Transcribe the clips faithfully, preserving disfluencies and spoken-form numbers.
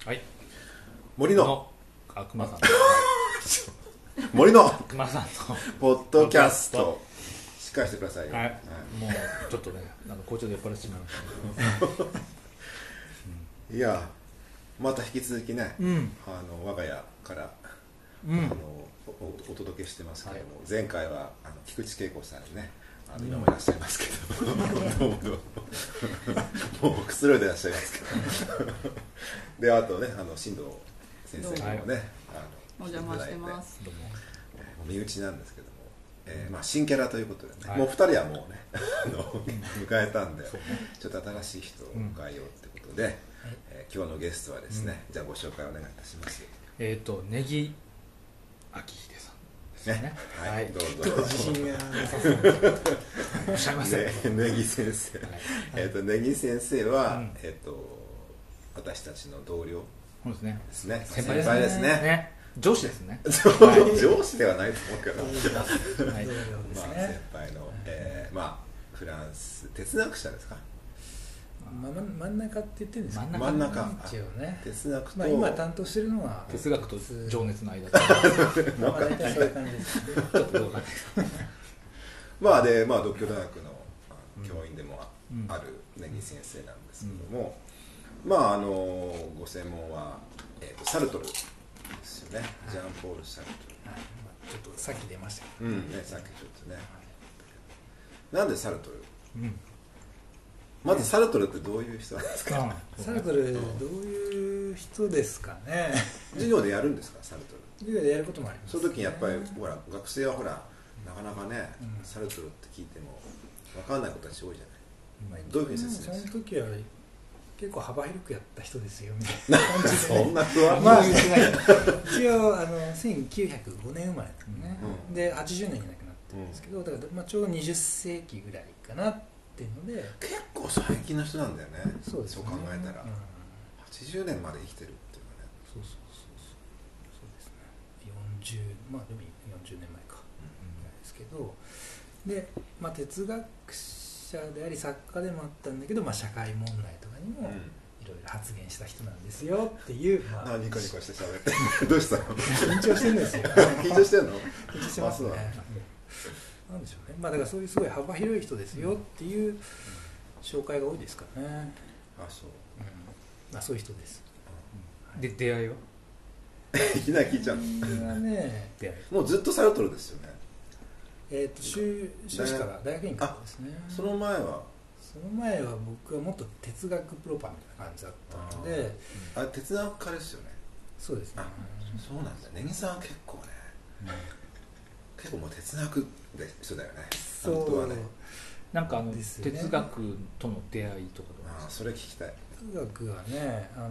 はい。 森のあ、熊さんの森の熊さんのポッドキャストしっかりしてくださいよ。 はい、もうちょっとね、あの校長で酔っ払ってしまいましたけどいやまた引き続きね、 うん、 あの我が家から、 うん、 あの お, お届けしてますけども、はい、前回はあの菊池恵子さんね、あの今もいらっしゃいますけど、うん、どうもどうももうくつろいでいらっしゃいますけどであとね、あの進藤先生もね、はい、あのお邪魔してます。 どうも、えー、身内なんですけども、えーまあ、新キャラということでね、はい、もうふたりはもうねあの迎えたんで、ちょっと新しい人を迎えようってことで、うん、えー、今日のゲストはですね、うん、じゃあご紹介お願いいたします。 えっ、ー、とネギ明秀さんですね。ね、 はい、はい、どうぞ。 ちょっと自信がなさそうおっしゃいません。 ね、ネギ先生、はい、えっ、ー、とネギ先生は、うん、えっ、ー、と私たちの同僚そうですね。 ですね。 先輩ですね。ですね。ね、上司ですね。 上司ではないと思うけど、 はい、 まあ先輩の、えー、まあフランス哲学者ですか。 ま、真ん中って言ってるんですか。 真ん中一応ね。 哲学と、 まあ、今担当してるのは哲学と情熱の間。 まあ大体そういう感じですね。ちょっとどうかね。 まあでまあ独協大学の教員でもあるネギ先生なんですけども、うん、まああのご専門は、えー、とサルトルですよね。ジャンポール・サルトル。 はい、まあ、ちょっとさっき出ましたけど、うんね、さっきちょっとね。なんでサルトル？うん、まずサルトルってどういう人なんですか？ サルトルどういう人ですかね。 授業でやるんですか、サルトル？ 授業でやることもあります、ね。 その時にやっぱりほら学生はほらなかなかね、うん、サルトルって聞いても分かんない子たち多いじゃない。うん、どういうふうに説明する？ その時は結構幅広くやった人ですよみたいな感じで、 そんな不安、 まあ、一応あのせんきゅうひゃくごねん生まれなのね、うん、ではちじゅうねんに亡くなってるんですけど、だから、まあ、ちょうどにじゅっせいきぐらいかなっていうので、 結構最近の人なんだよね。 そうですね、 そう考えたら、うん、はちじゅうねんまで生きてるっていうのはね。 そうそうそうそうそうですね。よんじゅう、まあでもよんじゅうねんまえか、うん、ぐらいですけど、で、まあ、哲学者であり作家でもあったんだけど、まあ、社会問題とかにもいろいろ発言した人なんですよっていう、まあ、 ニコニコして喋ってどうしたの？ 緊張してるんですよ。 緊張してるの？ 緊張してますね。なんでしょうね。まあだからそういうすごい幅広い人ですよっていう紹介が多いですからね。 あ、そう。 うん、まあそういう人です。 うん、で出会いは？ いきなり聞いちゃうの？ はね、 出会い。もうずっとサルトルですよね。 えー、と修修士から大学院からですね。 その前はその前は僕はもっと哲学プロパみたいな感じだったので、 ああ、哲学家ですよね。 そうですね。 そうなんだ。ネギさんは結構ね、うん、結構もう哲学で人だよね。 そう本当はね。 なんかあの、ね、哲学との出会いとかどうですか？ あ、それ聞きたい。 哲学はね、あの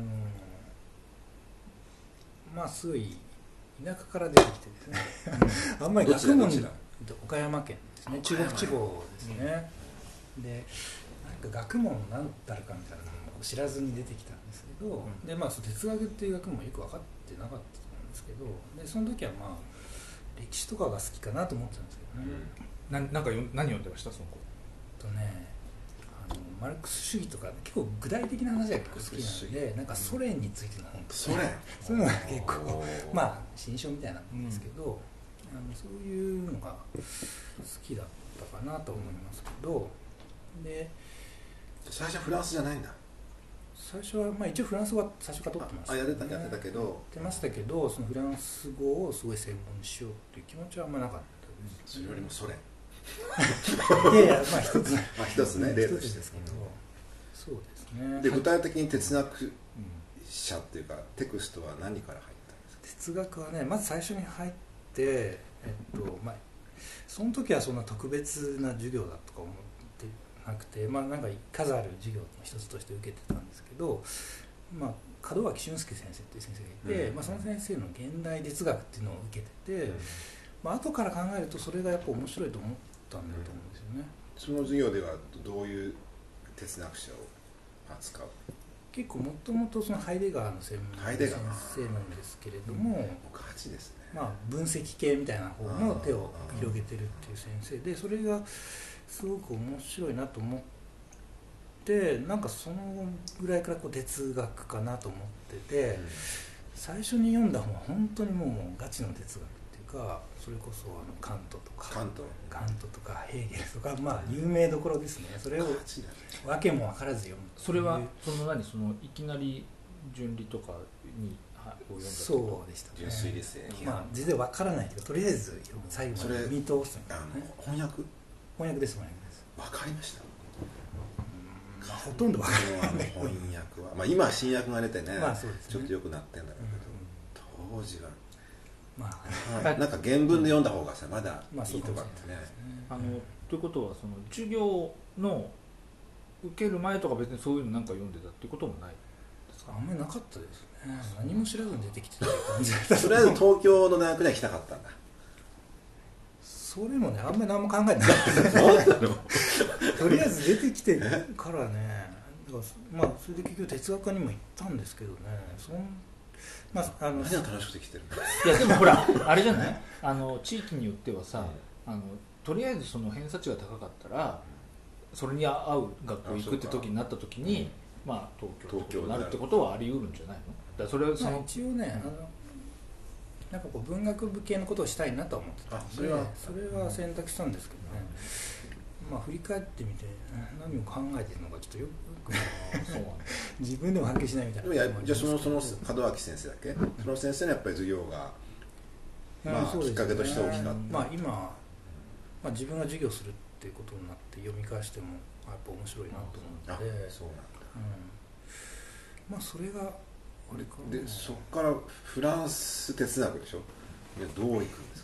まあすごい田舎から出てきてですねあんまり学問に岡山県ですね、中国地方ですね、うん、でなんか学問なんたるかみたいなのを知らずに出てきたんですけど、うん、でまあ哲学っていう学問もよく分かってなかったと思うんですけど、でその時はまあ歴史とかが好きかなと思ってたんですけどね、 うん、ななんかよ何読んでました？その子とね、あのマルクス主義とか結構具体的な話が結構好きなので、なんかソ連についての本とか、 ソ連そういうのが結構まあ新書みたいなんですけど、うん、あのそういうのが好きだったかなと思いますけど、で最初はフランスじゃないんだ。 最初は、まあ、一応フランス語は最初から取ってました、ね、 あ、やってた、やってたけどやってましたけど、そのフランス語をすごい専門にしようっていう気持ちはあんまなかったです。 それよりもソ連いやいや、まあ一つまあ一つね、例としてですけど、そうですね。 で具体的に哲学者っていうか、テクストは何から入ったんですか？ 哲学はね、まず最初に入って、えっとまあ、その時はそんな特別な授業だとか思ってなくて、まあなんか数ある授業の一つとして受けてたんですけど、まあ、門脇俊介先生っていう先生がいて、うん、まあ、その先生の現代哲学っていうのを受けてて、うん、まあ後から考えるとそれがやっぱ面白いと思ったんだと思うんですよね、うん、 その授業ではどういう哲学者を扱う？ 結構もともとそのハイデガーの専門の先生なんですけれども、 僕はちですね、 まあ、分析系みたいな方の手を広げてるっていう先生で、それがすごく面白いなと思っでなんかそのぐらいからこう哲学かなと思ってて、うん、最初に読んだ本は本当にもうガチの哲学っていうか、それこそあのカントとかカントカントとかヘーゲルとか、まあ有名どころですね。それを訳も分からず読む。 それはその何そのいきなり純理とかにを読んだそうでしたね。 純粋理性、 まあ全然分からないけどとりあえず読む、最後まで見通すみたいな、ね、 翻訳翻訳です翻訳です。 分かりました。 まあ、ほとんど分からない翻訳は、まあ、今は新訳が出てね、まあそうですね、ちょっと良くなってんだろうけど、うん、当時はまあ、はい、なんか原文で読んだ方がさまだいいとかってね、 まあ、あのということはその授業の受ける前とか別にそういうのなんか読んでたっていうこともないですか？ あんまりなかったですね。何も知らずに出てきてた感じだったとりあえず東京の大学には来たかったんだ。 それもねあんまり何も考えてなかったとりあえず出てきてからね、だからまあそれで結局哲学科にも行ったんですけどね、そんまあ、あの何が楽しくてきてるいやでもほらあれじゃないあの地域によってはさ、あのとりあえずその偏差値が高かったらそれに合う学校行くって時になった時に、まあ東京になるってことはあり得るんじゃないの？だからそれはその、 まあ、一応ね、あのなんかこう文学部系のことをしたいなとは思ってたんで、それはそれは選択したんですけどね、まあ振り返ってみて何を考えてるのかちょっとよくそう自分でも発見しないみたいな。 でもやじゃあそのその門脇先生だっけ、その先生のやっぱり授業が、まあ、きっかけとして大きかった。 まあ今、まあ、自分が授業するっていうことになって読み返してもやっぱ面白いなと思って、 そうなんだ、 うん、まあそれがあれかな。 でそこからフランス哲学でしょ。いやどういくんですか？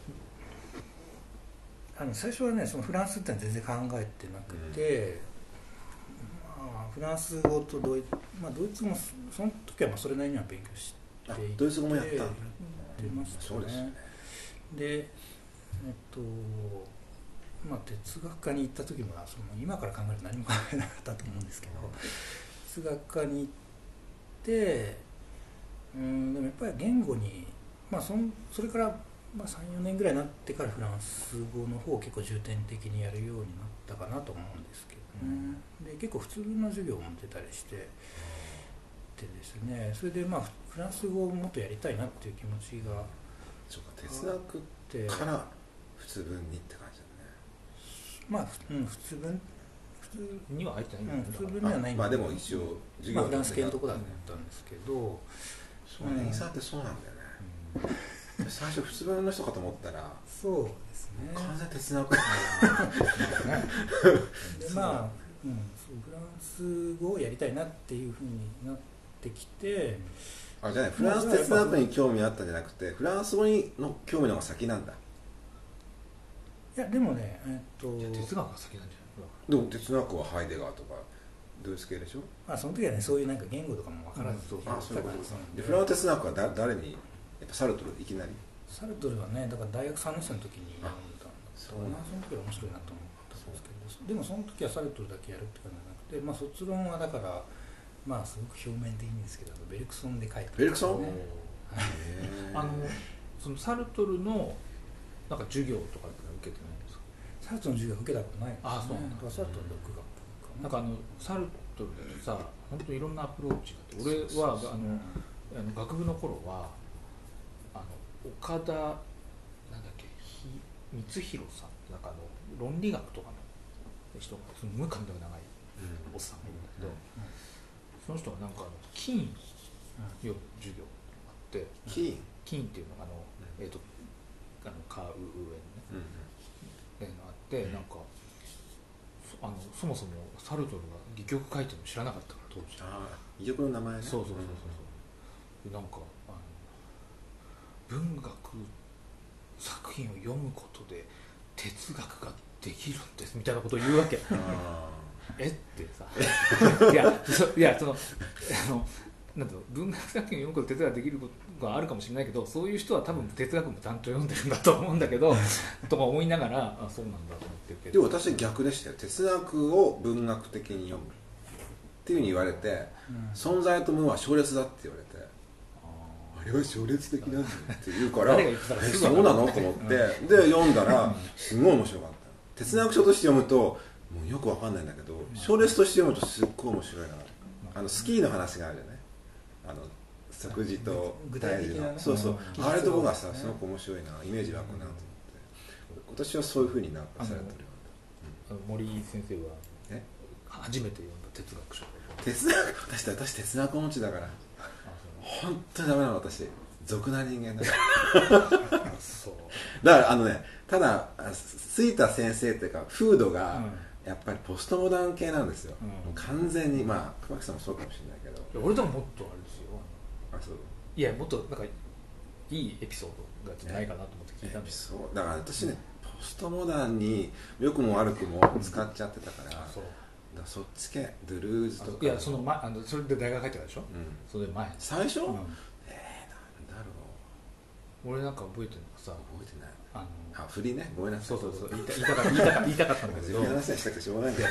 あの最初はねそのフランスってのは全然考えてなくて、うんまあ、フランス語とドイ,、まあ、ドイツ語もその時はまあそれなりには勉強していて、 ドイツ語もやったんだ。 やってましたね。そうですね。でえっとまあ哲学科に行った時もその今から考えると何も考えなかったと思うんですけど、哲学科に行ってうんでもやっぱり言語に、まあ、そ, それからまあさん、よねんぐらいになってからフランス語の方を結構重点的にやるようになったかなと思うんですけどね、うん、で結構普通の授業も出たりしてでですね、それでまあフランス語をもっとやりたいなっていう気持ちがそうか哲学から普通文にって感じだね。 まあ、うん、普通文普通には入ってないんだ、 うん、普通文にはないんだけど、 まあでも一応授業、 まあ、フランス系のとこだったんですけど、 そうね、インサーってそうなんだよね、うん、最初普通文の人かと思ったらそうですね完全哲学でまあ、うん、そうフランス語をやりたいなっていうふうになってきて、 あじゃあ、ね、フランス哲学に興味あったんじゃなくてフランス語にの興味の方が先なんだ。 いやでもね、えっと、 哲学が先なんじゃない？でも哲学はハイデガーとかドイツ系でしょ。 あその時はねそういうなんか言語とかも分からず、うん、 あそういうことです。でフランス哲学はだ誰にやっぱサルトルいきなりサルトルはねだから大学さんねん生の時に読んだんだけど、まあ、その時は面白いなと思ったんですけど、でもその時はサルトルだけやるって感じじゃなくて、まあ、卒論はだからまあすごく表面的にですけどベルクソンで書いて、 ね、ベルクソン、 あのそのサルトルのなんか授業とかって受けてないんですか？ サルトルの授業受けたことないですね。 あそうなんだ。 サルトル独学かな。 なんかあのサルトルってさ本当にいろんなアプローチがあって、俺はあのあの学部の頃はあの岡田なんだっけ光弘さんなんかあの論理学とかの人がすごい髪の毛長いおっさんがいるんだけど、うんうん、その人がなんかあの金よ授業があって金金っていうのがあの、えーとあのカーウ上にね、うんうん、があってなんかあのそもそもサルトルが戯曲書いてるの知らなかったから当時。 ああ戯曲の名前ね。 そうそうそうそう、うん、なんかあの文学作品を読むことで哲学ができるんですみたいなことを言うわけ。えってさいやそいやそのあのなんだろう文学作品を読むことで哲学ができることがあるかもしれないけどそういう人は多分哲学もちゃんと読んでるんだと思うんだけどとか思いながらあそうなんだと思ってるけど、 でも私逆でしたよ。哲学を文学的に読むっていうふうに言われて、うん、存在と無は小列だって言われて、あれは小列的なんだって言うからえそうなのと思って、うん、で読んだらすごい面白かった。哲学書として読むともうよくわかんないんだけど、小説として読むとすっごい面白いな。あのスキーの話があるよね、あの食事と体重の、そうそう、あれとこがさすごく面白いな、イメージ湧くなと思って、今年はそういうふうになんかされてるよあの森先生はえ初めて読んだ哲学書。 哲学、私私哲学音痴だから本当にダメなの、私俗な人間だからそうだからあのね、ただ杉田先生っていうか風土が、うんやっぱりポストモダン系なんですよ、うん、もう完全に、まあ熊木さんもそうかもしれないけど、 いや俺でももっとあれですよ、 あそういやもっとなんかいいエピソードがないかなと思って聞いたんですよ。そうだから私ね、うん、ポストモダンに良くも悪くも使っちゃってたから、うん、そうだからそっち系ドゥルーズとか、 いやその前あのそれで大学入ってからでしょ、うん、それで前最初、うん、えー、なんだろう、俺なんか覚えてるのがさ、 覚えてない、 あのあ、振りね、ごめんなさい、 そうそうそう、言いた言いたかった言いたか言いたかったんだけど、 自分の話はしたくてしょうがないんだよ。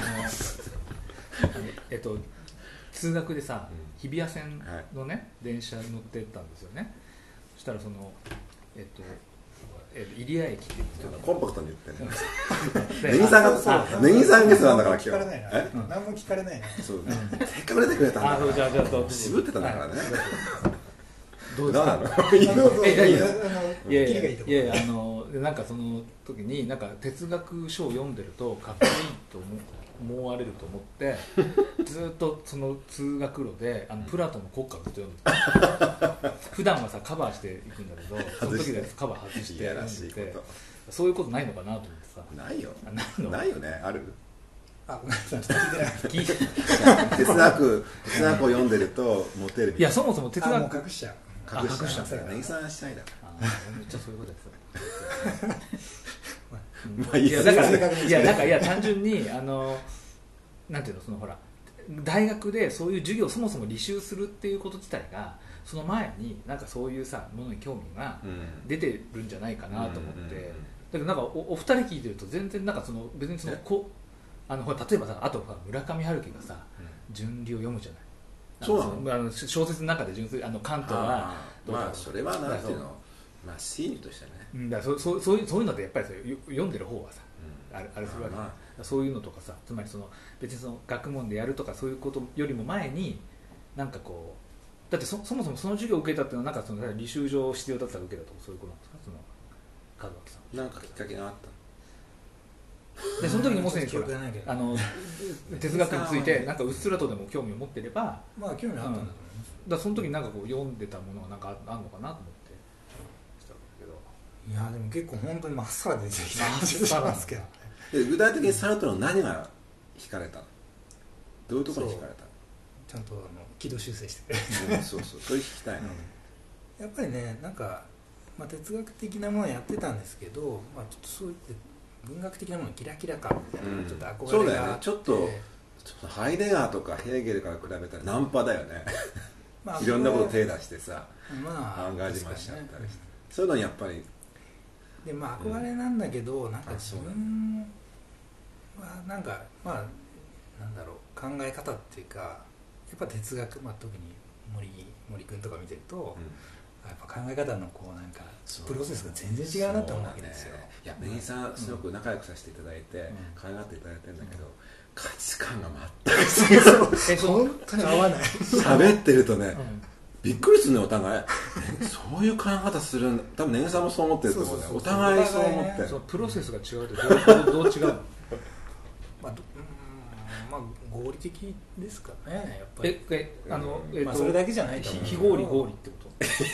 えっと通学でさ、日比谷線のね、はい、電車に乗ってったんですよね。そしたらそのえっとえっと入谷駅って言ってた、 コンパクトに言ってね。ネギさんがネギさんゲストなんだから今日。 何も聞かれないな。 そう、せっかく出てくれたんだから。 あ、じゃあじゃあ渋ってたんだからね。 どうですか。 いやいやいやいやいや、あのなんかその時になんか哲学書を読んでるとかっこいいと思思われると思ってずっとその通学路であのプラトンの国家をずっと読んでた。普段はさカバーしていくんだけど、その時でカバー外して読んでて、そういうことないのかなと思ってさ。 ないよ。 ないの？ ないよね。ある？ あ、ごめんなさい、聞いてない。哲学哲学を読んでるとモテる。 いやそもそも哲学隠しちゃう。 隠しちゃう。ネギさんしたいだから。 めっちゃそういうことです。 まあいいや、 だからいやなんかいや単純にあのなんていうの、そのほら大学でそういう授業をそもそも履修するっていうこと自体がその前になんかそういうさものに興味が出てるんじゃないかなと思って、だけどなんか お, お二人聞いてると全然なんかその別にそのこあのほら例えばさ、あとほら村上春樹がさ純理を読むじゃない。 そうなの？ あの小説の中で純粋あの関東はまあそれはなんていうの、まあシーンとしてね、 うん、だから そ, そ, そういうそういうのでやっぱり読んでる方はさ、うん、あれあれするわけ、まあ、そういうのとかさ、つまりその別にその学問でやるとかそういうことよりも前になんかこうだって そ, そもそもその授業を受けたっていうのはなんかその履修上必要だったら受けたとかそういうことなんですか、その門脇さん。 なんかきっかけがあった。 でその時にもしあの哲学についてなんかうっすらとでも興味を持ってれば、 まあ興味あったんだと思います。 うん、だからその時になんかこう読んでたものがなんかあるのかなと思ってしたんだけど、 いやでも結構本当にまっさら出てきた話しますけどね。 で具体的にサルトルの何が惹かれたの？どういうところに惹かれたの？ ちゃんとあの軌道修正してくれる、 うん、そうそう、それ聞きたいな、 うん、やっぱりねなんか、まあ、哲学的なものをやってたんですけど、まあ、ちょっとそういって文学的なものキラキラ感みたいな、うん、ちょっと憧れがあって、 そうだよね、ちょっと、ちょっとハイデガーとかヘーゲルから比べたらナンパだよね、まあ、いろんなこと手出してさ、まあ、アンガージマンしちゃったりして、ね、そういうのにやっぱりで、まあ、憧れなんだけど、うん、なんか自分はなんかまあなんだろう、考え方っていうかやっぱ哲学、まあ、特に森森君とか見てると、うんやっぱ考え方のこうなんかプロセスが全然違うなと思うわけですよ。 ね、いや根岸さんすごく仲良くさせていただいて、うん、可愛がっていただいてるんだけど、うん、価値観が全く違う。 本当に合わない。 喋ってるとね、うん、びっくりするねお互い。そういう考え方するんだ。多分根岸さんもそう思ってると思うね。お互いそう思って。 そうプロセスが違うってどうどう違うの？ まあどまあ合理的ですかね。やっぱり。 ええあのえっと、 まあ、それだけじゃないと思う。 非合理合理ってこと？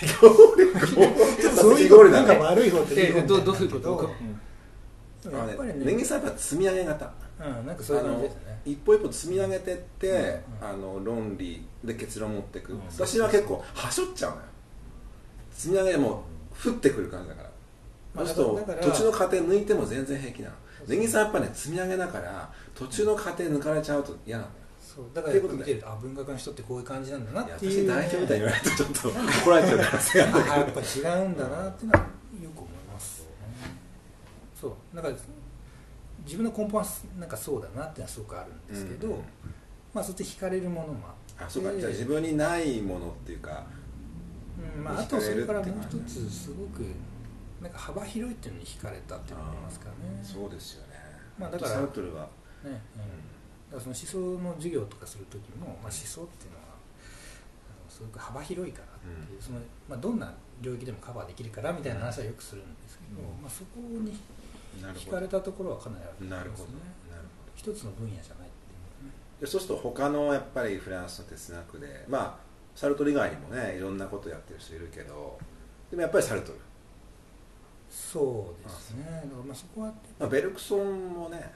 そういうことなんか悪い方っていうどうどういうこと？ やっぱりね、根岸さんやっぱ積み上げ型。 うん、なんかそういう感じですね。 一歩一歩積み上げてって、うんうん、あの論理で結論を持っていく。うん、私は結構はしょっちゃうのよ。積み上げも降ってくる感じだから。まあ、そうすると途中の過程抜いても全然平気なの。根岸さんやっぱね積み上げだから途中の過程抜かれちゃうと嫌なのよ。 そうだからやっぱ見てると、あ、文学の人ってこういう感じなんだなっていう、 ね、私代表みたいに言われるとちょっと怒られちゃうからせややっぱ違うんだなっていうのはよく思います、ね、そうだから自分の根本はなんかそうだなっていうのはすごくあるんですけど、うんうん、まあそっち惹かれるものもあって、 あ、そうか、じゃあ自分にないものっていうか、 うん、まあ、あとそれからもう一つすごくなんか幅広いっていうのに惹かれたっていうのがありますからね。 そうですよね。 まあだからサルトルはね、うん、だからその思想の授業とかする時も、まあ、思想っていうのはすごく幅広いからっていう、うん、そのまあ、どんな領域でもカバーできるからみたいな話はよくするんですけど、うん、まあ、そこに惹かれたところはかなりあるんですね。一つの分野じゃないっていうね。 でそうすると他のやっぱりフランスの哲学で、まあサルトル以外にもねいろんなことやってる人いるけど、でもやっぱりサルトル。 そうですね。だからまあそこは、 まあ、ベルクソンもね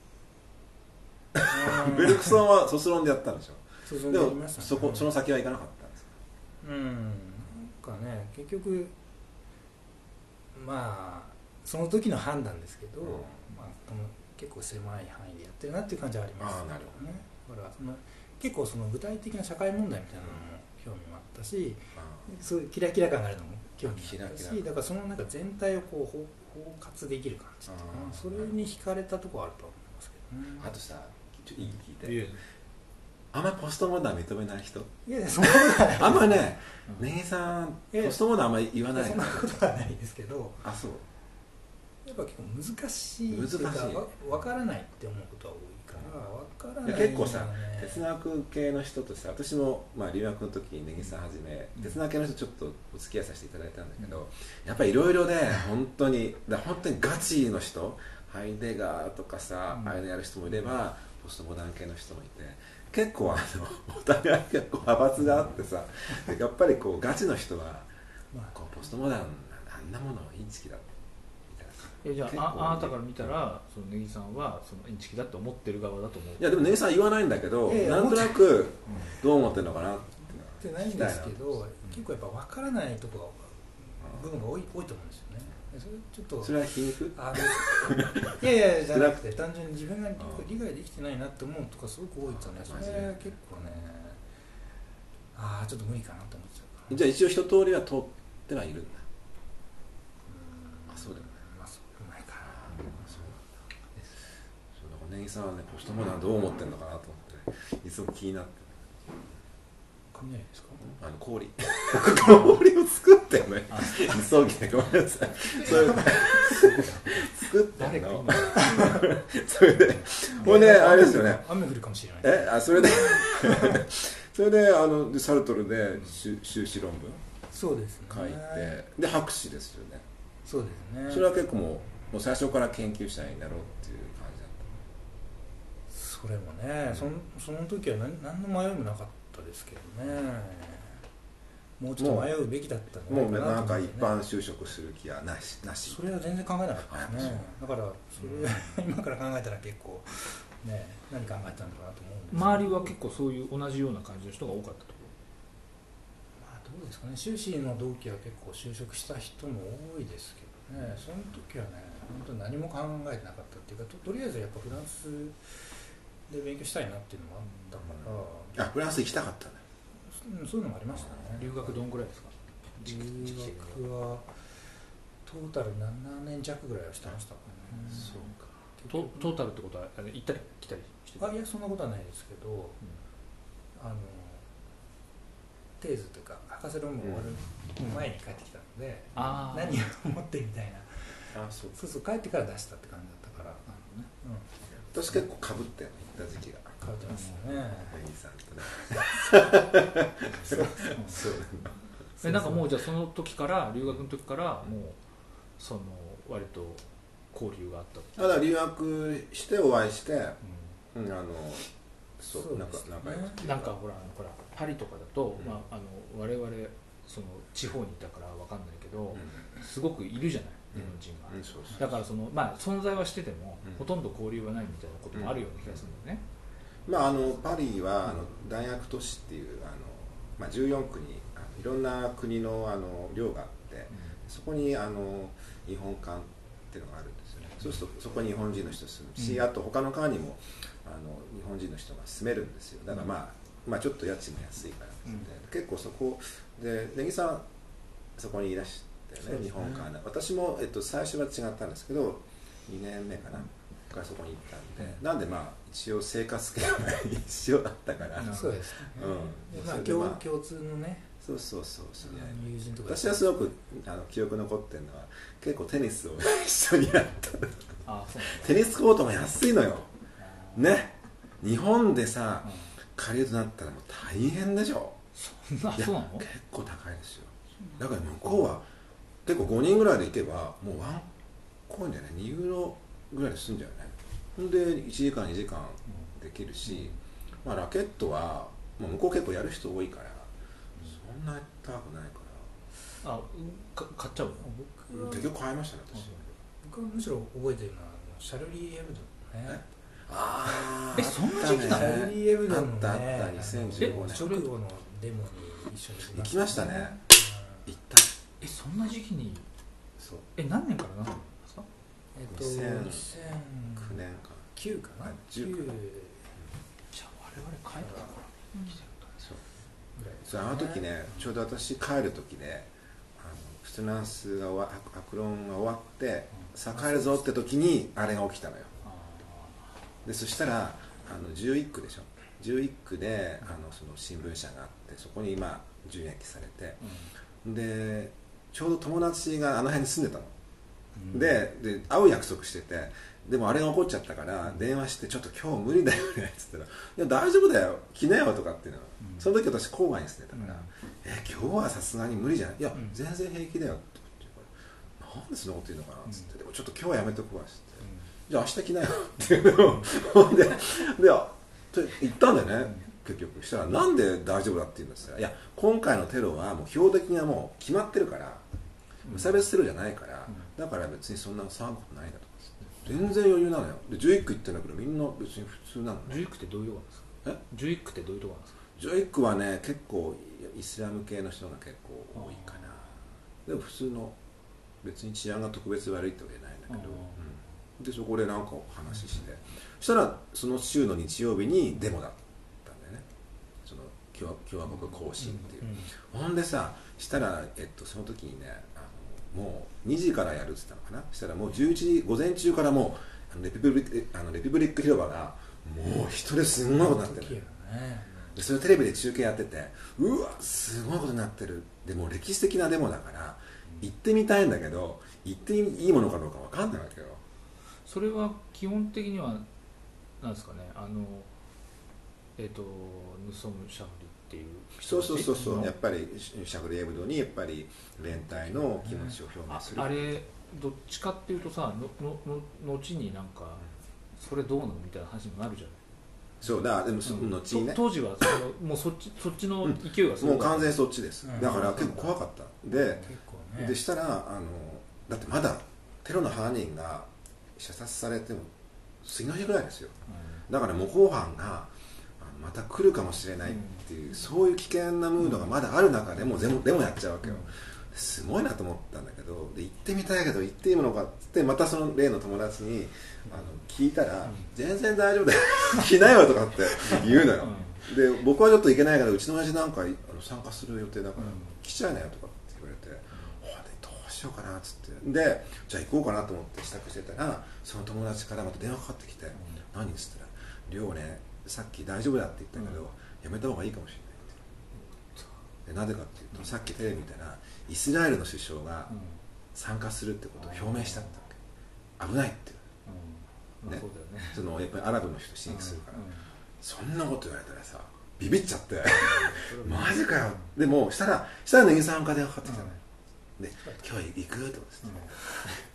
ベルクソンは卒論でやったんでしょ。 卒論でやりましたね。 でもそこその先はいかなかったんですか。 うん、なんかね結局まあその時の判断ですけど、うん、まあ、この結構狭い範囲でやってるなっていう感じはありますね。 あ、なるほどね。 だからその結構その具体的な社会問題みたいなのも興味もあったし、うん、そういうキラキラ感があるのも興味があったし、キラキラだからそのなんか全体をこう包括できる感じっていうかな、それに惹かれたところあると思いますけどね。 あとさ、ちょっといい聞いて、あんまりポストモダン認めない人、 いやそんなことはない。 あんまね、根木さんポストモダンあんまり言わない。 そんなことはないですけど、 あ、そう、 やっぱ結構難しいというか分からないって思うことは多いから分からない、ね、 結構さ哲学系の人とさ、私もまあ留学の時に根木さんはじめ、うん、哲学系の人ちょっとお付き合いさせていただいたんだけど、うん、やっぱりいろいろね本当にだ本当にガチの人、ハイデガーとかさ、うん、ああいうのやる人もいればポストモダン系の人もいて、結構あのお互いがこう派閥があってさ、やっぱりこうガチの人はこうポストモダンあんなものインチキだえじゃあ、あ、あなたから見たらその根木さんはそのインチキだって思ってる側だと思う。 いやでも根木さん言わないんだけど、えー、なんとなくどう思ってるのかなってってないんですけど、結構やっぱ分からないところ部分が多い、多いと思うんですよね。それちょっとそれは皮肉？ あいやいやじゃなくて単純に自分が理解できてないなって思うとかすごく多いとね、それ結構ね、ああちょっと無理かなと思っちゃうから。 じゃあ一応一通りは通ってはいるんだ。 うん、あそうでもない、まあそうでもないかな。 根木さんはね、ポストモダンどう思ってるのかなと思っていつも気になって。 雷ですか？ あの氷氷を作ってよね。急ぎでごめんなさい。それ作ってんの。それでこれねあれですよね。 雨降るかもしれない。 えあそれでそれであのサルトルで修士論文そうですね書いてで博士ですよね。 そうですね。 それは結構もうもう最初から研究者になろうっていう感じだった。 それもね、そのその時は何何の迷いもなかったですけどね。もうちょっと迷うべきだったんじゃないかなと思って、ね、 もうなんか一般就職する気はなしなし。 それは全然考えなかったですね。だからそれ、うん、今から考えたら結構ね何考えたのかなと思うんですけど。 周りは結構そういう同じような感じの人が多かったと。 まあどうですかね。修士の同期は結構就職した人も多いですけどね。その時はね本当に何も考えてなかったっていうか と, とりあえずやっぱフランスで勉強したいなっていうのもあったから。 あフランス行きたかったね。 そういうのもありましたね。 留学どんぐらいですか？ 留学はトータルななねん弱ぐらいはしてましたからね。 そうか。 ト, トータルってことはあの行ったり来たりしてる？ あいやそんなことはないですけど、うん、あのテーズというか博士論文終わる前に帰ってきたので、うん、何を思ってみたいな。あそう。そうそう帰ってから出したって感じだったから。なるほどね。 うん、私結構かぶったよね行った時期が。 かぶってますよね。 そうそうえなんかもうじゃあその時から留学の時からもうその割と交流があっただから留学してお会いして、うん、あのそうそうなんか仲良くなんかほらほらパリとかだと、うんまあ、あの我々その地方にいたから分かんないけど、うん、すごくいるじゃない日本人が、うんうん、そうそうだからその、まあ、存在はしてても、うん、ほとんど交流はないみたいなこともあるような気がするんだよね、 うんまあ、あのパリはあの大学都市っていうあの、まあ、じゅうよんくにあのいろんな国のあの寮があって、うん、そこにあの日本館っていうのがあるんですよね、うん、そうするとそこに日本人の人住むし、うん、あと他の館にもあの日本人の人が住めるんですよだから、まあ、まあちょっと家賃も安いからですね、うん、結構そこで根木さんそこにいらしてね、日本館で私も、えっと、最初は違ったんですけどにねんめかなからそこに行ったんで、うん、なんでまあ一応生活圏が一緒だったから、 そうですね、うんまあ、共, 共通のねそうそうそうそう、 友人とか私はすごくあの記憶残ってるのは結構テニスを一緒にやったあそうテニスコートも安いのよね、日本でさ、うん、借りるとなったらもう大変でしょ。 そんな、そうなの？ 結構高いですよ。だから向こうは結構ごにんぐらいで行けばもうワンコインでねにユーロぐらいで済んじゃうよね。ほんでいちじかんにじかんできるし、うん、まあ、ラケットはもう向こう結構やる人多いから、うん、そんなに高くないから。 あ、か買っちゃうの？ 結局買いましたね私。 僕はむしろ覚えてるのはシャルリー・エブドね。 あえ、そんな時期なの？ シャルリー・エブドのね、 あったあったにせんじゅうごねん直後のデモに一緒に行きましたね、うん、行った。 え、そんな時期に。 そう。 え、何年から何年ですか？ えっとにせんきゅうねんかきゅうかな。 じゅうかな。 じゃあ我々帰るから来てるんだ。 そうそれあの時ね、ちょうど私帰る時で、あのフスナンスが終わアクロンが終わって、さあ帰るぞって時にあれが起きたのよ。でそしたらあのじゅういっくでしょ。じゅういっくであのその新聞社があって、そこに今銃撃されて、うん、でちょうど友達があの辺に住んでたの、うん、で, で会う約束してて、でもあれが起こっちゃったから電話してちょっと今日無理だよねっつったら、いや大丈夫だよ来なよとかっていうのは、うん、その時私郊外に住んでたから、うん、え今日はさすがに無理じゃない、いや、うん、全然平気だよって言って、なんでそんなこと言うのかなっつって、うん、でもちょっと今日はやめとくわっつって、うん、じゃあ明日来なよっていうのをでで言ったんだよね、うん、結局したらなんで大丈夫だって言うんですよ。いや今回のテロはもう標的がもう決まってるから無差別テロじゃないから、うん、だから別にそんな騒ぐことないんだとか全然余裕なのよ。でじゅういっく行ってんだけどみんな別に普通なのね。 じゅういっくってどういうとこなんですか？えじゅういっくってどういうとこなんですか？ じゅういっくはね結構イスラム系の人が結構多いかな。でも普通の別に治安が特別悪いってわけじゃないんだけど、うん、でそこでなんかお話しして、そしたらその週の日曜日にデモだったんだよね、その共和国行進っていう、うん、ほんでさしたら、えっと、その時にねあのもうにじからやるって言ったのかな。したらもうじゅういちじ午前中からもうレピブリックあのレピブリック広場がもう人ですんごいことになってる、ね、でそれをテレビで中継やってて、うわすごいことになってる。でも歴史的なデモだから行ってみたいんだけど行っていいものかどうか分かんないわけよ。 それは基本的にはなんですかね、あのえっ、ー、とヌソム・シャフリっていうそうそうそうそう、やっぱりシャフリエブドにやっぱり連帯の気持ちを表明する、 あ, あれどっちかっていうとさののの後になんかそれどうなのみたいな話になるじゃない。 そうだでもその後にね、 当時はそのもうそっちそっちの勢いがすごい、 うん、もう完全にそっちです、うん、だから結構怖かったで、結構ね、でしたらあのだってまだテロの犯人が射殺されても次の日ぐらいですよ、うん、だから模倣犯がまた来るかもしれないっていう、うん、そういう危険なムードがまだある中でもでも、でもやっちゃうわけよ、うん、すごいなと思ったんだけど、で行ってみたいけど行っていいものかってまたその例の友達にあの聞いたら、うん、全然大丈夫だよ来なよとかって言うのよ、うん、で僕はちょっと行けないからうちの親父なんかあの参加する予定だから、うん、来ちゃいなよとかって言われて、どうしようかなっつってでじゃあ行こうかなと思って支度してたらその友達からまた電話かかってきて、うん、何っつったら亮ねさっき大丈夫だって言ったけど、うん、やめた方がいいかもしれないって。でなぜかっていうと、うん、さっきテレビ見たらイスラエルの首相が参加するってことを表明したんだわけ、危ないっていう、うんね、そうだよね、そのやっぱりアラブの人刺激するから、うんうん、そんなこと言われたらさビビっちゃってマジかよ。でもしたらしたらネギさんから電話かかってきたのよ、うん、で今日行くとかっつって、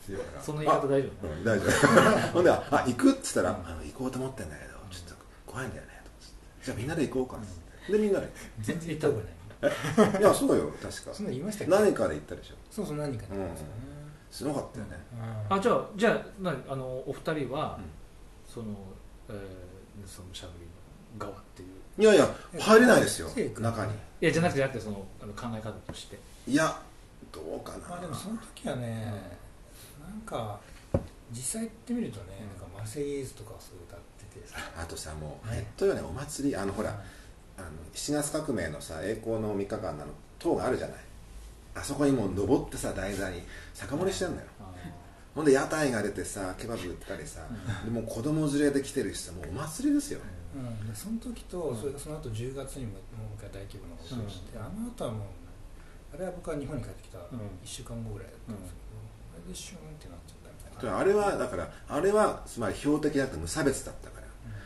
うん、 その言い方大丈夫、 うん、大丈夫ほんであ行くっつったら、うん、あの行こうと思ってんだけどちょっと怖いんだよねとかつって、じゃあみんなで行こうかっつって、でみんなで全然行った方がないいやそうよ確かそんな言いましたっけ。 何かで行ったでしょ。 そうそう何かで行ったんですよね、 すごかったよね、 うん、あじゃあじゃあなあのお二人は、うん、その、えー、そのシャフリーの側っていう。 いやいや入れないですよ中に。 いやじゃなくてじゃなくてそのあの考え方としていやどうかな。 まあでもその時はね、うん、なんか実際行ってみるとね、うん、なんかマセイエーズとかそう歌っててさ、 あとさもうヘッドよねお祭りあのほら、うん、あのしちがつ革命のさ栄光のみっかかんなの塔があるじゃない。あそこにもう登ってさ台座に酒盛りしてんだよ、ほんで屋台が出てさケバブ売ったりさ、うん、でもう子供連れで来てるしさもうお祭りですよ、 うん、でその時と、うん、それその後じゅうがつにももう一回大規模なことをして、うん、あの後はもうあれは僕は日本に帰ってきたいっしゅうかんごぐらいだったんですけど、うん、あれでシューンってなっちゃったみたいな。 あれはだからあれはつまり標的だって無差別だったから、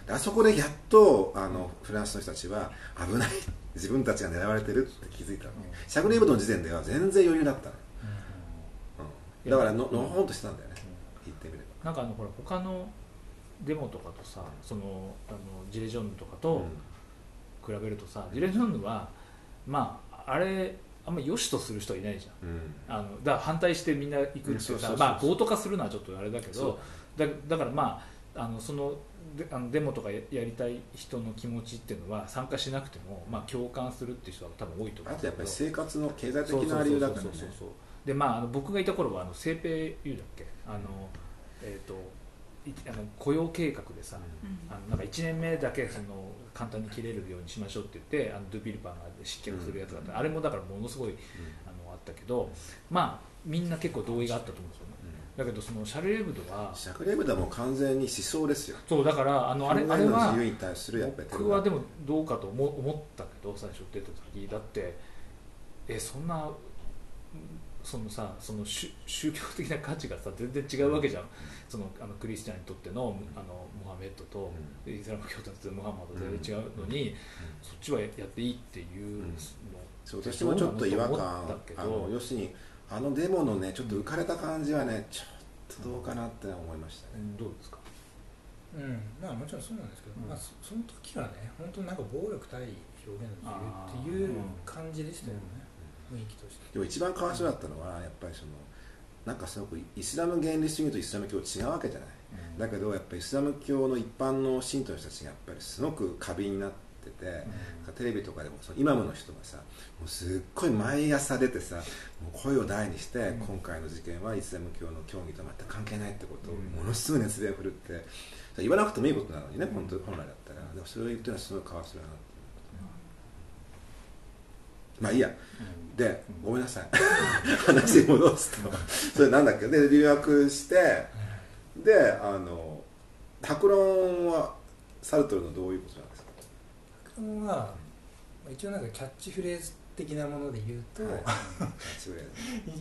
あそこでやっとあのフランスの人たちは危ない自分たちが狙われてるって気づいたの、うん、シャグリーブドの時点では全然余裕だったの、うんうん、だからののほほんとしてたんだよね、うん、言ってみればなんかあのほら他のデモとかとさそのあのジレジョンヌとかと比べるとさ、うん、ジレジョンヌはまああれあんまり良しとする人はいないじゃん、うん、あのだから反対してみんな行くっていうさまあ暴徒化するのはちょっとあれだけどだ, だからまああのそのであのデモとか や, やりたい人の気持ちっていうのは参加しなくても、まあ、共感するっていう人は多分多いと思う。 あとやっぱり生活の経済的な理由だからね。 でまああの僕がいた頃はあのセーペイユーだっけあの、えー、とあの雇用計画でさ、うん、あのなんかいちねんめだけその簡単に切れるようにしましょうって言ってあのドゥ・ビルパンが失脚するやつがあった、うん、あれもだからものすごい、うん、あのあったけどまあみんな結構同意があったと思うんですよね。だけどそのシャルレブドはシャルレブドはもう完全に思想ですよ。 そうだからあのあれあれは自由に対するやっぱり僕はでもどうかと思思ったけど最初出た時だってえそんなそのさその宗教的な価値がさ全然違うわけじゃん、うん、そのあのクリスチャンにとっての、うん、あのモハメッドと、うん、イスラム教徒にとってのモハンマドと全然違うのに、うん、そっちはやっていいっていうの、うん、 そう私もちょっと違和感あの要するにあのデモのねちょっと浮かれた感じはねちょっとどうかなって思いましたね、 うん、どうですか。 うんまあもちろんそうなんですけど、うんまあ、そ, その時はね本当になんか暴力対表現の自由っていう感じでしたよね、うん、雰囲気として。 でも一番かわいそうだったのはやっぱりそのなんかすごくイスラム原理主義とイスラム教違うわけじゃない、うん、だけどやっぱりイスラム教の一般の信徒の人たちがやっぱりすごく過敏になってて、うん、テレビとかでもそのイマムの人がさもうすっごい毎朝出てさもう声を大にして、うん、今回の事件はイスラム教の教義と全く関係ないってことをものすごい熱弁振るって言わなくてもいいことなのにね、うん、本当本来だったらでもそれを言ってるのはすごいかわいそうだなって、うん、まあいいや、うん、でごめんなさい話戻すとそれなんだっけで留学してであの白論はサルトルのどういうことなんですか。 白論は一応なんかキャッチフレーズ的なもので言うと、はい、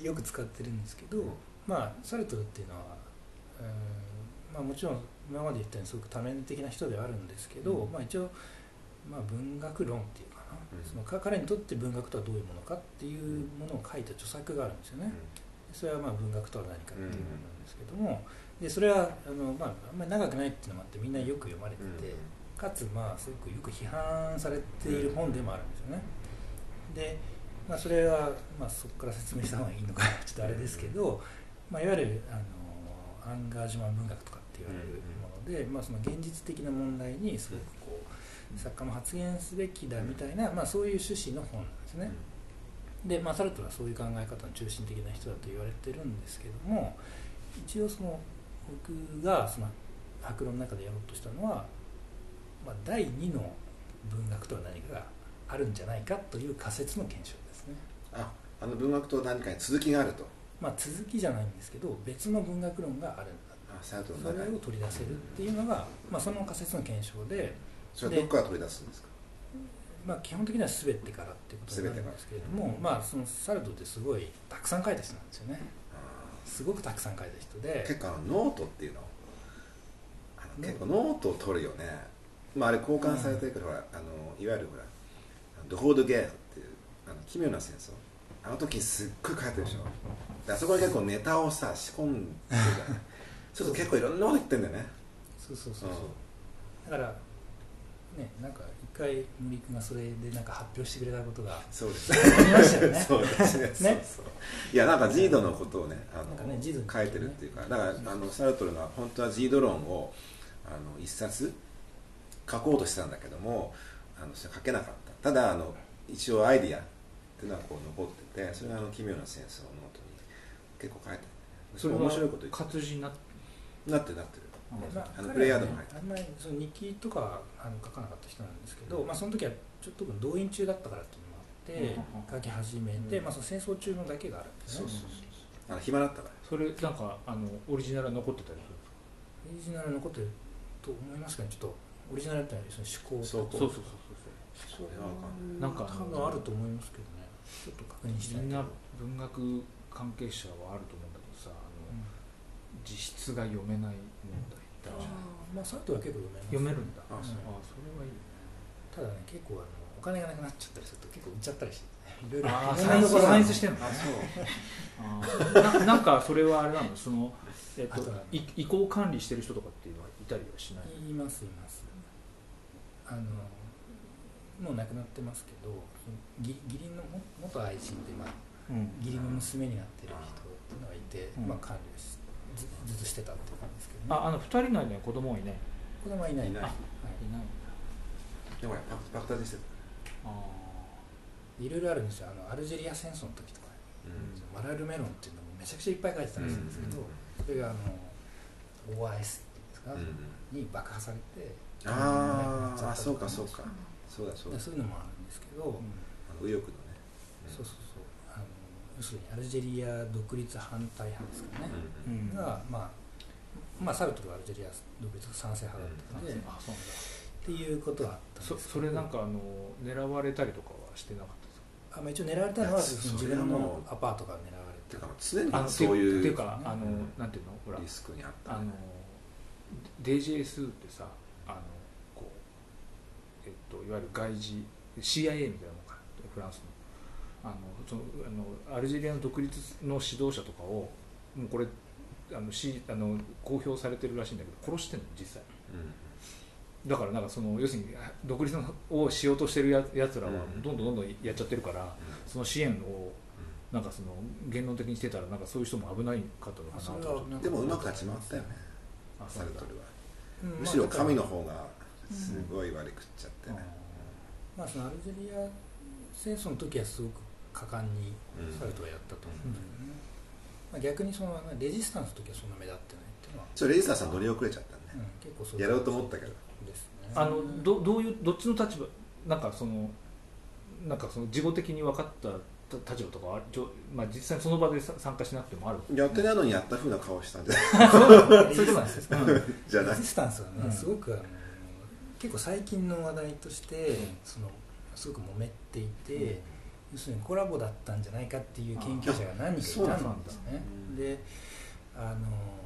よく使ってるんですけど、うん、まあサルトルっていうのは、うんまあ、もちろん今まで言ったようにすごく多面的な人ではあるんですけど、うんまあ、一応、まあ、文学論っていうかな、うん、その彼にとって文学とはどういうものかっていうものを書いた著作があるんですよね、うん、それはまあ文学とは何かっていうものなんですけども、でそれはあの、まあ、あんまり長くないっていうのもあってみんなよく読まれてて、かつまあすごくよく批判されている本でもあるんですよね。で、まあ、それは、まあ、そこから説明した方がいいのかちょっとあれですけど、まあ、いわゆるあのアンガージュマン文学とかって言われるもので、まあ、その現実的な問題にすごくこう作家も発言すべきだみたいな、まあ、そういう趣旨の本なんですね。で、まあ、サルトルはそういう考え方の中心的な人だと言われてるんですけども、一応その僕がその白論の中でやろうとしたのは、まあ、だいにの文学とは何かがあるんじゃないかという仮説の検証ですね。 あ、あの文学と何かに続きがあると。 まあ続きじゃないんですけど別の文学論があるんだ。 あ、それを取り出せるっていうのが、まあ、その仮説の検証で。 それはどこから取り出すんですか。 まあ、基本的には全てからっていうことなんですけれども、まあ、そのサルトルってすごいたくさん書いた人なんですよね。すごくたくさん書いた人で結構あのノートっていうのあの結構ノートを取るよね。まあ、あれ交換されてるから、うん、あのいわゆるほらドフォード・ゲールっていうあの奇妙な戦争あの時にすっごい書いてるでしょ。であそこに結構ネタをさ仕込んでるじゃないちょっと結構いろんなこと言ってんだよね。 そうそうそうそう、うん、だからね、なんか一回森君がそれでなんか発表してくれたことがそうですありましたよね。 そうですね。 ねそうそういやなんかジードのことをね、あのね、 書いてるっていうか、だからあのサルトルが本当はジード論をあの一冊書こうとしてたんだけども、あのそれ書けなかった。ただあの一応アイディアっていうのはこう残ってて、それがあの奇妙な戦争のノートに結構書いてある。それ面白いこと言って活字になってなってなってる。 まあ、 あのプレイヤードも入ってあんまりその日記とかあの書かなかった人なんですけど、うんまあ、その時はちょっと動員中だったからっていうのもあって、うん、書き始めて、うんまあ、その戦争中のだけがあるんですね。そうそうそうあの暇だったからそれなんかあのオリジナル残ってたりするんですか。オリジナル残ってると思いますかね。ちょっとオリジナルってのはその思考そうそうそうそうそうそれはなんか多分あると思いますけどね。ちょっと確認したい。 みんな文学関係者はあると思うんだけどさ、あの、うん、実質が読めない問題った、まあ、サルトルは結構読めます、 読めるんだ。 あそうあそれはいいね。 ただね結構あのお金がなくなっちゃったりすると結構売っちゃったりして、ね、いろいろああいろんなところサイズしてんのね。 あそうあーななんかそれはあれなの、その、えっとあとは、 い移行管理してる人とかっていうのはいたりはしない？ いますいます。あのもう亡くなってますけど、義義理のも元愛人で、まあ、 うん義理の娘になってる人っていうのがいて、 うんまあ、管理をしずずっとしてたっていう感じですけどね。 ああのふたりの間には子供はいない？ 子供はいないいないはいいないんだ。 でもパクパクタジしてた。 あいろいろあるんですよ。あのアルジェリア戦争の時とか、 うんマラルメロンっていうのもめちゃくちゃいっぱい書いてたらしいんですけど、それがあの オーアイエス っていうんですか、 うんうんに爆破されて、 あーあそうかそうかそうだそうだ、 そういうのもあるんですけど、 ーうんあの右翼のね、 そうそうそう、あの要するにアルジェリア独立反対派ですかね、 うんうんうんが、まあ、まあサルトルはアルジェリア独立賛成派だったので、 あそうなんだ。 っていうことがあったんですけど、 そそれなんかあの狙われたりとかはしてなかったですか？ あ、まあ、一応狙われたのはいやそのそ自分のれはもうアパートが狙われてていうか常にあのそういうっていうかあの、 うんなんていうのほらリスクにあったあの ディージェーエス ってさあのこうえっといわゆる外事 シーアイエー みたいなのかフランスのあのそのあのアルジェリアの独立の指導者とかをもうこれあのしあの公表されてるらしいんだけど殺してるの実際。 うんだからなんかその要するに独立をしようとしてるややつらはうんどんどんどんどんやっちゃってるから、その支援をなんかその言論的にしてたらなんかそういう人も危ないかったのかなとそれは思って。 でもうまく立ち回ったよねあそうなんだサルトルは、 うんむしろ神のまあ方がすごい割り食っちゃってね、 まあそのアルジェリア戦争の時はすごく果敢にサルトルはやったと思うんですけどね、まあ、逆にそのレジスタンスの時はそんな目立ってないっていうのは、 ちょレイザーさん乗り遅れちゃったうんね、 結構そうやろうと思ったけどですね。 あのどどういうどっちの立場なんかそのなんかその事後的に分かった立場とかはちょ、まあ、実際その場でさ参加しなくてもある。 やってないのにやった風な顔したんじゃないそういうことなんですよ。 じゃないレジスタンスはね、 うんすごくあの結構最近の話題として、そのすごく揉めていて、 うん要するにコラボだったんじゃないかっていう研究者が何人かいたんですね。 うんで、あの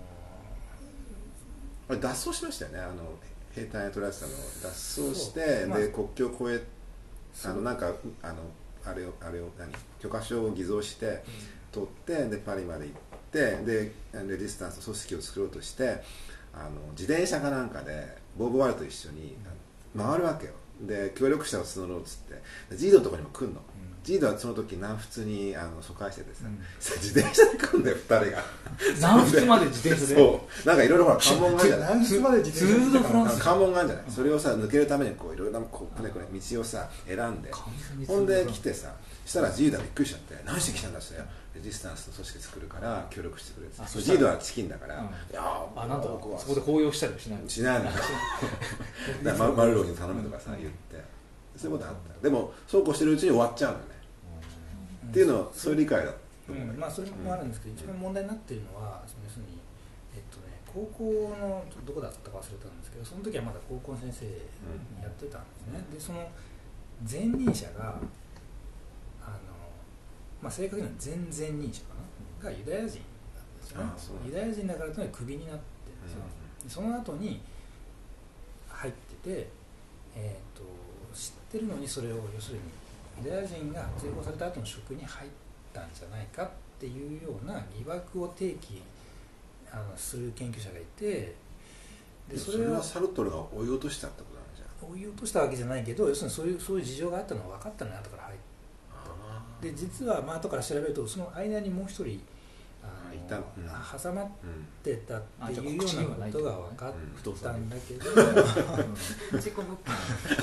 あれ脱走しましたよね、あの兵隊に取られてたのを脱走してそうまあで国境を越えあのなんかあのあれをあれを何許可証を偽造して取ってでパリまで行ってでレジスタンスの組織を作ろうとしてあの自転車かなんかでボーヴォワールと一緒に回るわけよ。で協力者を募ろうっつってジードのところにも来るの、ジードはその時南仏にあの疎開しててさ、 うんさ自転車で来るんだよふたりが南仏まで自転車で。 そうなんかいろいろほら関門があるじゃない南仏まで自転車でツールドフランス関門があるんじゃない、それをさ抜けるためにこういろいろなこうくねくね道をさ選んで完全にほんで来てさしたらジードはびっくりしちゃって何してきたんだってレジスタンスの組織作るから協力してくれってあそしたらジードはチキンだから、 うんいやーあなんだ僕はそこで抱擁したりはしないの。 しないんだよだからマルローに頼むとかさ言ってそういうことあったでもそうこうしてるうちに終わっちゃうのよね、っていうのはそういう理解だとう思う、 んまあそれもあるんですけど、一番問題になっているのはその要するに、えっとね、高校のちょっとどこだったか忘れたんですけど、その時はまだ高校の先生やってたんですね。でその前任者があの、まあ、正確には前々任者かながユダヤ人なんですよね。 あそうなんだユダヤ人だからというのはクビになってるんですよ、でその後に入ってて、えー、と知ってるのにそれを要するにユダヤ人が追放された後の職に入ったんじゃないかっていうような疑惑を提起あのする研究者がいて、 でそれはサルトルが追い落としたってことなんじゃん。 追い落としたわけじゃないけど、要するにそういうそういう事情があったのは分かったのに後から入って、 あで実はまあ後から調べるとその間にもう一人あのいたうん挟まっーうんてたっていうようなことが分かったんだけど、 自己物件。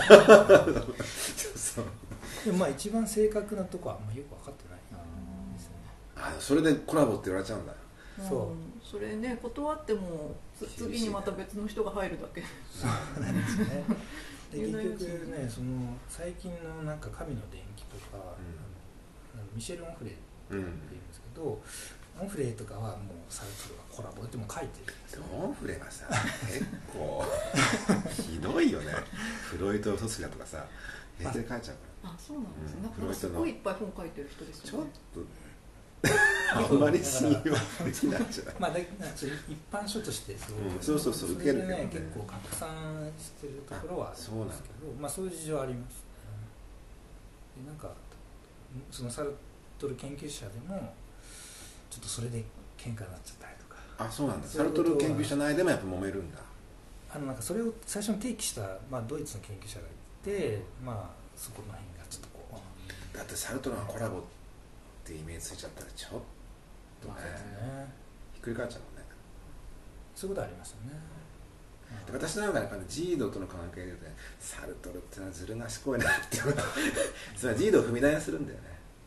そうでもまあ一番正確なとこはあんまよく分かってないですね。 あそれでコラボって言われちゃうんだ。 そううんそれね断ってもつ次にまた別の人が入るだけ。 そうなんですね。でユダヤ人結局ね、その最近のなんか神の伝記とか、あのミシェル・オンフレイってうん言うんですけど、オンフレイとかはもうサルトルがコラボっても書いてるんですよ。 オンフレはさ結構ひどいよね。フロイト・ソスキだとかさ平気で書いちゃうかあそうなんですね。 うんなんかすごいいっぱい本書いてる人ですらちょっよね。 とあんまり信用できないんじゃないまあ、だなんかそう一般書としてすごい、 うんそうそうそうれで受けるけどねね、結構拡散してるところはあるんですけど、まあ、そういう事情はあります、ね、でなんかそのサルトル研究者でもちょっとそれで喧嘩になっちゃったりとか、 あそうなんだ。 そういうことはサルトル研究者内でもやっぱ揉めるんだ。 あのなんかそれを最初に提起した、まあ、ドイツの研究者がいて、まあ、そこの辺がちょっとこうだってサルトルがコラボってイメージついちゃったらちょっとね、 まあね、 ひっくり返っちゃうもんね。 そういうことありますよね。 で私なんかやっぱりジードとの関係で言うとね、サルトルってのはずる賢いなってつまりジードを踏み台にするんだよね、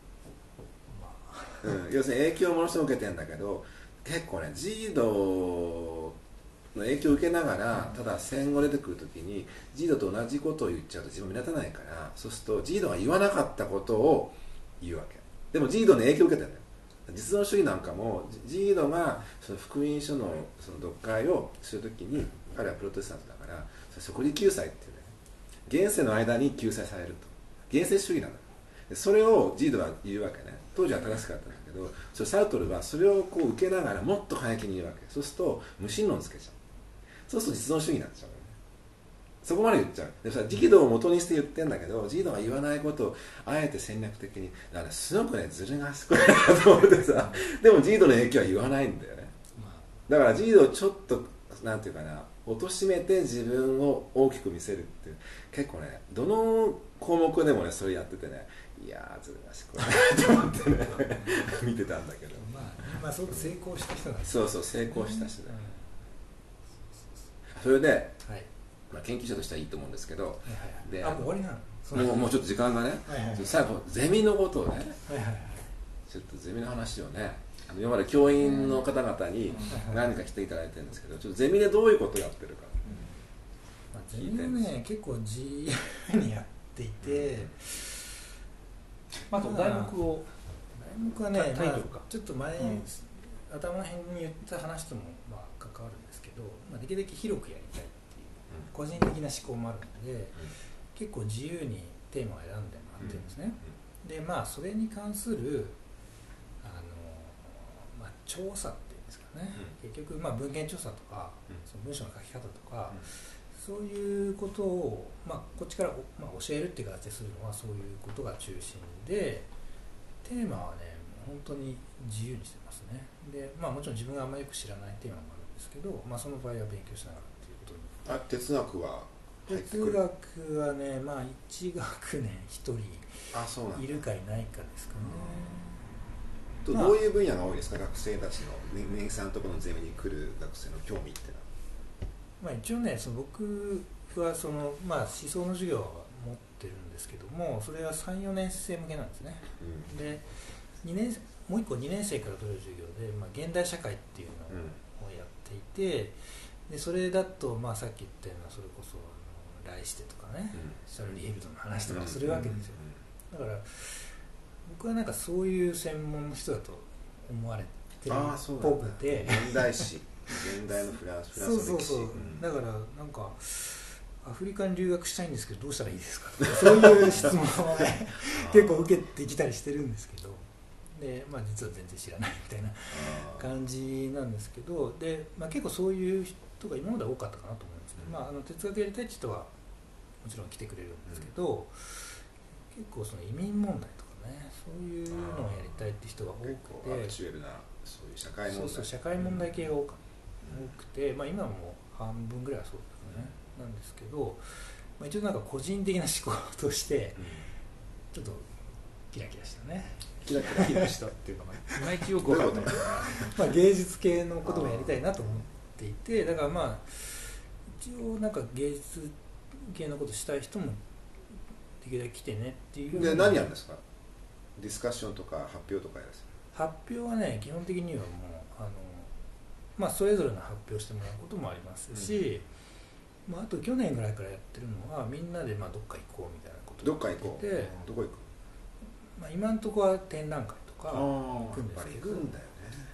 うん、要するに影響をものすごく受けてるんだけど、結構ねジードの影響を受けながら、ただ戦後出てくるときにジードと同じことを言っちゃうと自分目立たないから、そうするとジードが言わなかったことを言うわけ。でもジードの影響を受けてるんだよ。実存主義なんかもジードがその福音書のその読解をするときに、彼はプロテスタントだから即時救済っていうね、現世の間に救済されると、現世主義なんだ。でそれをジードは言うわけね。当時は正しかったんだけど、それサルトルはそれをこう受けながらもっと過激に言うわけ。そうすると無神論つけちゃう。そうすると実存主義になっちゃうよね。そこまで言っちゃう。でさ、ジードを元にして言ってんだけど、ジードが言わないことをあえて戦略的に、だからすごくねずる賢いなと思ってさ、でもジードの影響は言わないんだよね。だからジードをちょっとなんていうかな、貶めて自分を大きく見せるっていう、結構ねどの項目でもねそれやっててね、いやーずる賢いなと思ってね見てたんだけど、 まあ、まあ、すごく成功した人なんです。 そうそう成功した人だよ、 うんそれで、 はい、 まあ、研究者としてはいいと思うんですけど、 はいはいではい、あ、もう終わりなの？ もうもうちょっと時間がね、 はいはい、 最後ゼミのことをね、 はいはいはい、 ちょっとゼミの話をね、あの今まで教員の方々に何か来ていただいてるんですけど、ちょっとゼミでどういうことをやってるか、 まあ、ゼミはね結構自由にやっていて、 まず題目を題目はね、 タイトルか、 まあ、ちょっと前、 うん、 頭の辺に言った話ともまあ関わるんですけど、まあ、できるだけ広くやりたいっていう個人的な思考もあるので、うん、結構自由にテーマを選んでもらってるんですね、うん、でまあそれに関するあの、まあ、調査っていうんですかね、うん、結局まあ文献調査とか、うん、その文章の書き方とか、うん、そういうことを、まあ、こっちから、まあ、教えるっていう形でするのはそういうことが中心で、テーマはね本当に自由にしてますね。で、まあ、もちろん自分があんまりよく知らないテーマもあるんですけど、まあ、その場合は勉強しながらっていうことに。 あ、哲学は入ってくる？ 哲学はね、まあ、いち学年ひとりいるかいないかですかね。 とどういう分野が多いですか、学生たちの根木さんのところのゼミに来る学生の興味ってのは。 まあ、一応ねその僕はその、まあ、思想の授業は持ってるんですけども、それはさん、よねん生向けなんですね、うん、でにねんもう一個にねん生から取れる授業で、まあ、現代社会っていうのをやっていて、でそれだと、まあ、さっき言ったようなそれこそあのライシテとかね、うん、シャルリー・ヘブドの話とかするわけですよ、だから僕はなんかそういう専門の人だと思われてるっぽくて、 現代史現代のフランスの歴史、 そうそうそう、うん、だからなんかアフリカに留学したいんですけどどうしたらいいですかとかそういう質問をね結構受けてきたりしてるんですけど、で、まあ、実は全然知らないみたいな感じなんですけど、で、まあ、結構そういう人が今まで多かったかなと思いますね、うん、まあ、あの哲学やりたいって人はもちろん来てくれるんですけど、うん、結構その移民問題とかね、そういうのをやりたいって人が多くて、 アクチュエルなそういう社会問題、 そうそう社会問題系が多くて、まあ、今も半分ぐらいはそうですね、うん、なんですけど、まあ、一応なんか個人的な思考としてちょっとキラキラしたね、 キラキラしたっていうか、いまいちよく分かんないまあ芸術系のこともやりたいなと思っていて、だからまあ一応なんか芸術系のことしたい人もできるだけ来てねっていう。 で何やるんですか？ディスカッションとか発表とかやるんですか？発表はね基本的にはもうあのまあそれぞれの発表してもらうこともありますし、うん、まあ、あと去年ぐらいからやってるのはみんなでまあどっか行こうみたいなことどっか行こうどこ行く、 まあ、今のところは展覧会とか行くんですけど、 行くんだよ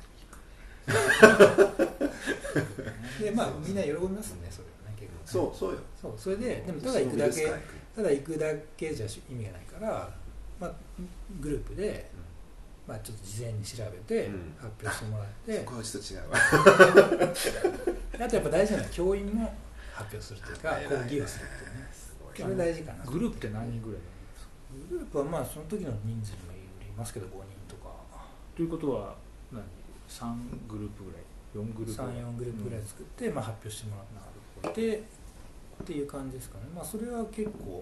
ねでまあみんな喜びますね、それはね結構ね。 そうそうよ。 そうそれででもただ行くだけただ行くだけじゃ意味がないから、まあ、グループでまあ、ちょっと事前に調べてうん発表してもらって、 そこはちょっと違うわあとやっぱ大事なのは教員も発表するというか偉いね講義をするっていうね、 すごいそれ大事かな。 グループって何人ぐらいなんですか？ グループはまあその時の人数にもよりますけどごにんとかということは何さんグループぐらいよんグループぐらいさんよんグループぐらい作って、まあ、発表してもらってっていう感じですかね。まあそれは結構、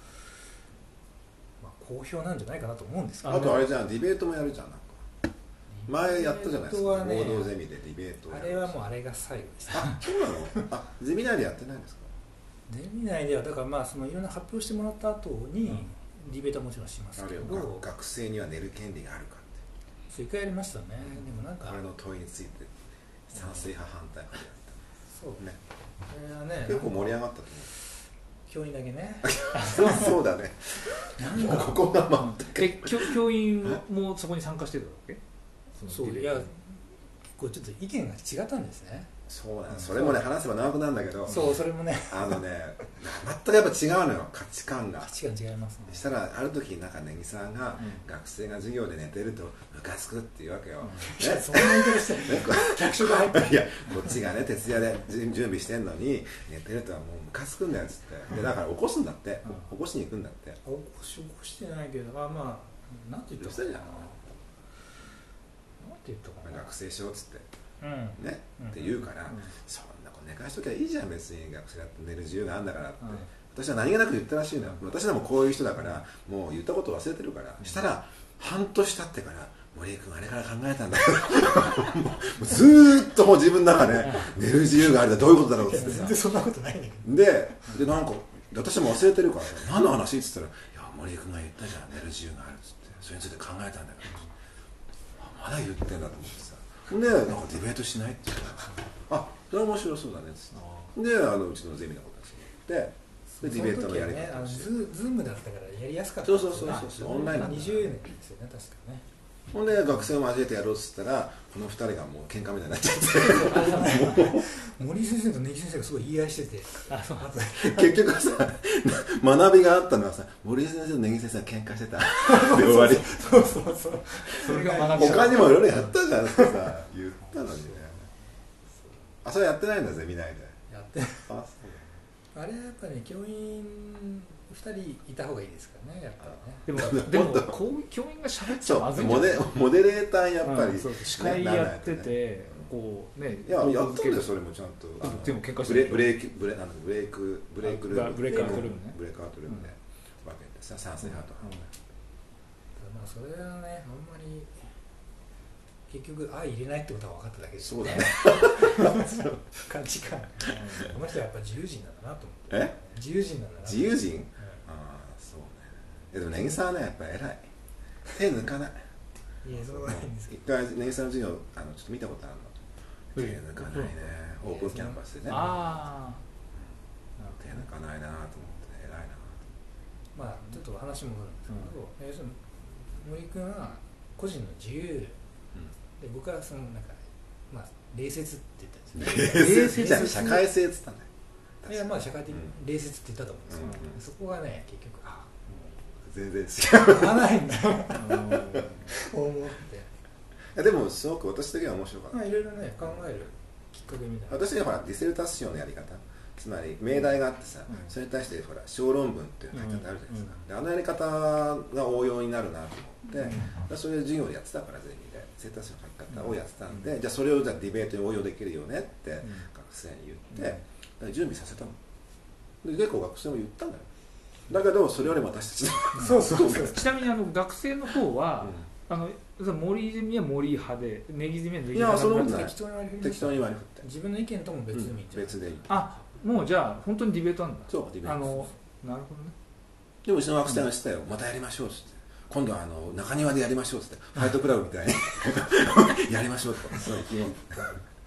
まあ、好評なんじゃないかなと思うんですけど、 あとあれじゃん、ディベートもやるじゃん。なんか前やったじゃないですか、 ディベートはね合同ゼミでディベートをやる。 あれはもうあれが最後ですね。 あ、そうなの？あ、ゼミ内でやってないんですか？ ゼミ内ではだからまあそのいろんな発表してもらった後にディベートはもちろんしますあるけど、 よ、学生には寝る権利があるかって。 そう一回やりましたね。でもなんかこれの問いについて賛成派反対派でやっそうたね。 これはね結構盛り上がったと教員だけね思う。そうだね。もうここがまえ教教員もそこに参加してたわけ？ そういや結構ちょっと意見が違ったんですね。 そうなんです。それもね話せば長くなるんだけど、 そうそれもねあのね全くやっぱ違うのよ、価値観が。 価値観違いますね。 したらある時なんか根木さんが、 うん学生が授業で寝てるとムカつくっていうわけよ、 いやそんな言い方してねこ客所が入ってるいやこっちがね徹夜で準備してんのに寝てるとはもうムカつくんだよっつってでだから起こすんだって、 うん起こしに行くんだって。 起こし起こしてないけど、あまあなんて言ったかな。 言ってたじゃんなんて言ったかな。 学生証っつってうんね、 うんって言うから、 うんそんな子寝かしときゃいいじゃん別に学生だって寝る自由があるんだからって、 うん私は何気なく言ったらしいのよ。私でもこういう人だからもう言ったこと忘れてるから、したら半年経ってから森井君あれから考えたんだもうずーっともう自分の中で、ね、寝る自由があるってどういうことだろうってさ全然そんなことないんだけど。 ででなんか私も忘れてるから「何の話?」って言ったら「いや森井君が言ったじゃん寝る自由がある」っつってそれについて考えたんだけどあまだ言ってんだと思ってさでなんかディベートしないって言うから「あそれは面白そうだね」っつってであのうちのゼミの子たちに言ってでディベートのやり方をして、 その時はね、あのズズームだったからやりやすかったそうそうそうそうオンラインなんだにじゅうねんですよね確かね。 ほんで学生を交えてやろうっつったらこのふたりがもう喧嘩みたいになっちゃって森先生と根木先生がすごい言い合いしてて、 あそうあと結局さ学びがあったのはさ森先生と根木先生が喧嘩してたで終わりそうそうそうそれが学びだ他にもいろいろやったじゃんってさ言ったのにねあそれやってないんだぜ見ないでやってあそうあれはやっぱり、ね、教員ふたりいた方がいいですからねやっぱりね。 でもでもこう教員が喋っちゃまずいんじゃないモデモデレーターやっぱり、 うんそう司会やっててこうねいややったんだよるそれもちゃんとあのでも喧嘩してるブレブレーキブレなんだブレイクブレイクルームブレイクアウトルームねブレイクアウトルームで分けてさ賛成派と反対まあそれはねあんまり結局相入れないってことは分かっただけですそうだね。 ね価値観この人はやっぱ自由人なんだなと思って。 え自由人なんだなと思って。 自由人うんああそうねいやでも根木さんはねやっぱ偉い手抜かないいやそうないんですけ一回根木さんの授業あのちょっと見たことあるの手抜かないねオープンキャンパスでねあ手抜かないなと思って偉いなど、まあちょっと話戻るんですけど、要するに森君は個人の自由で、僕はそのなんかまあ礼節って言ったんですよね。 冷静じゃん社会性っつったんだよいやまあ社会的にうん礼節って言ったと思うんですよ。 うんうんそこがね結局あ全然違う合わないんだよあ思って。 いやでもすごく私的には面白かった、 まあいろいろね考えるきっかけみたいな。 私はほらディセルタションのやり方つまり命題があってさ、 うんそれに対してほら小論文っていう書き方あるじゃないですか、であのやり方が応用になるなと思って、でそれで授業でやってたからゼミでディセルタションの書き方をやってたんで、じゃあそれをじゃあディベートに応用できるよねって学生に言って、だから準備させたので結構学生も言ったんだよだけどそれよりも私たちのそうそうそう。 ちなみにあの学生の方は、あの森泉は森派で根木泉は根木いやそのことない適当に割り振り適当に割り振って自分の意見とも別でもいいんじゃない。 別でいいあもうじゃあ本当にディベートなんだそうディベートあのなるほどねでもうちの学生がしてたよ、またやりましょうっつって今度はあの中庭でやりましょうっつってファイトクラブみたいにやりましょうとかそういう気分だね。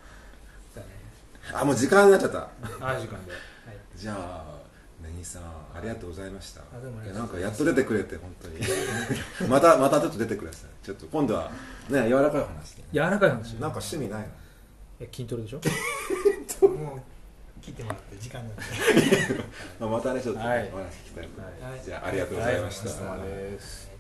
あもう時間になっちゃったあ時間ではい。 じゃあ根木さんありがとうございましたあどうもあいやりがとうございますなんかやっと出てくれて本当にまたまたちょっと出てくださいちょっと今度はね柔らかい話で柔らかい話なんか趣味ないのえ筋トレでしょもう切ってもらって時間なんで。 まあまたねちょっとお話はい聞きたいと思います、 はいじゃあありがとうございました、 はいお疲れ様です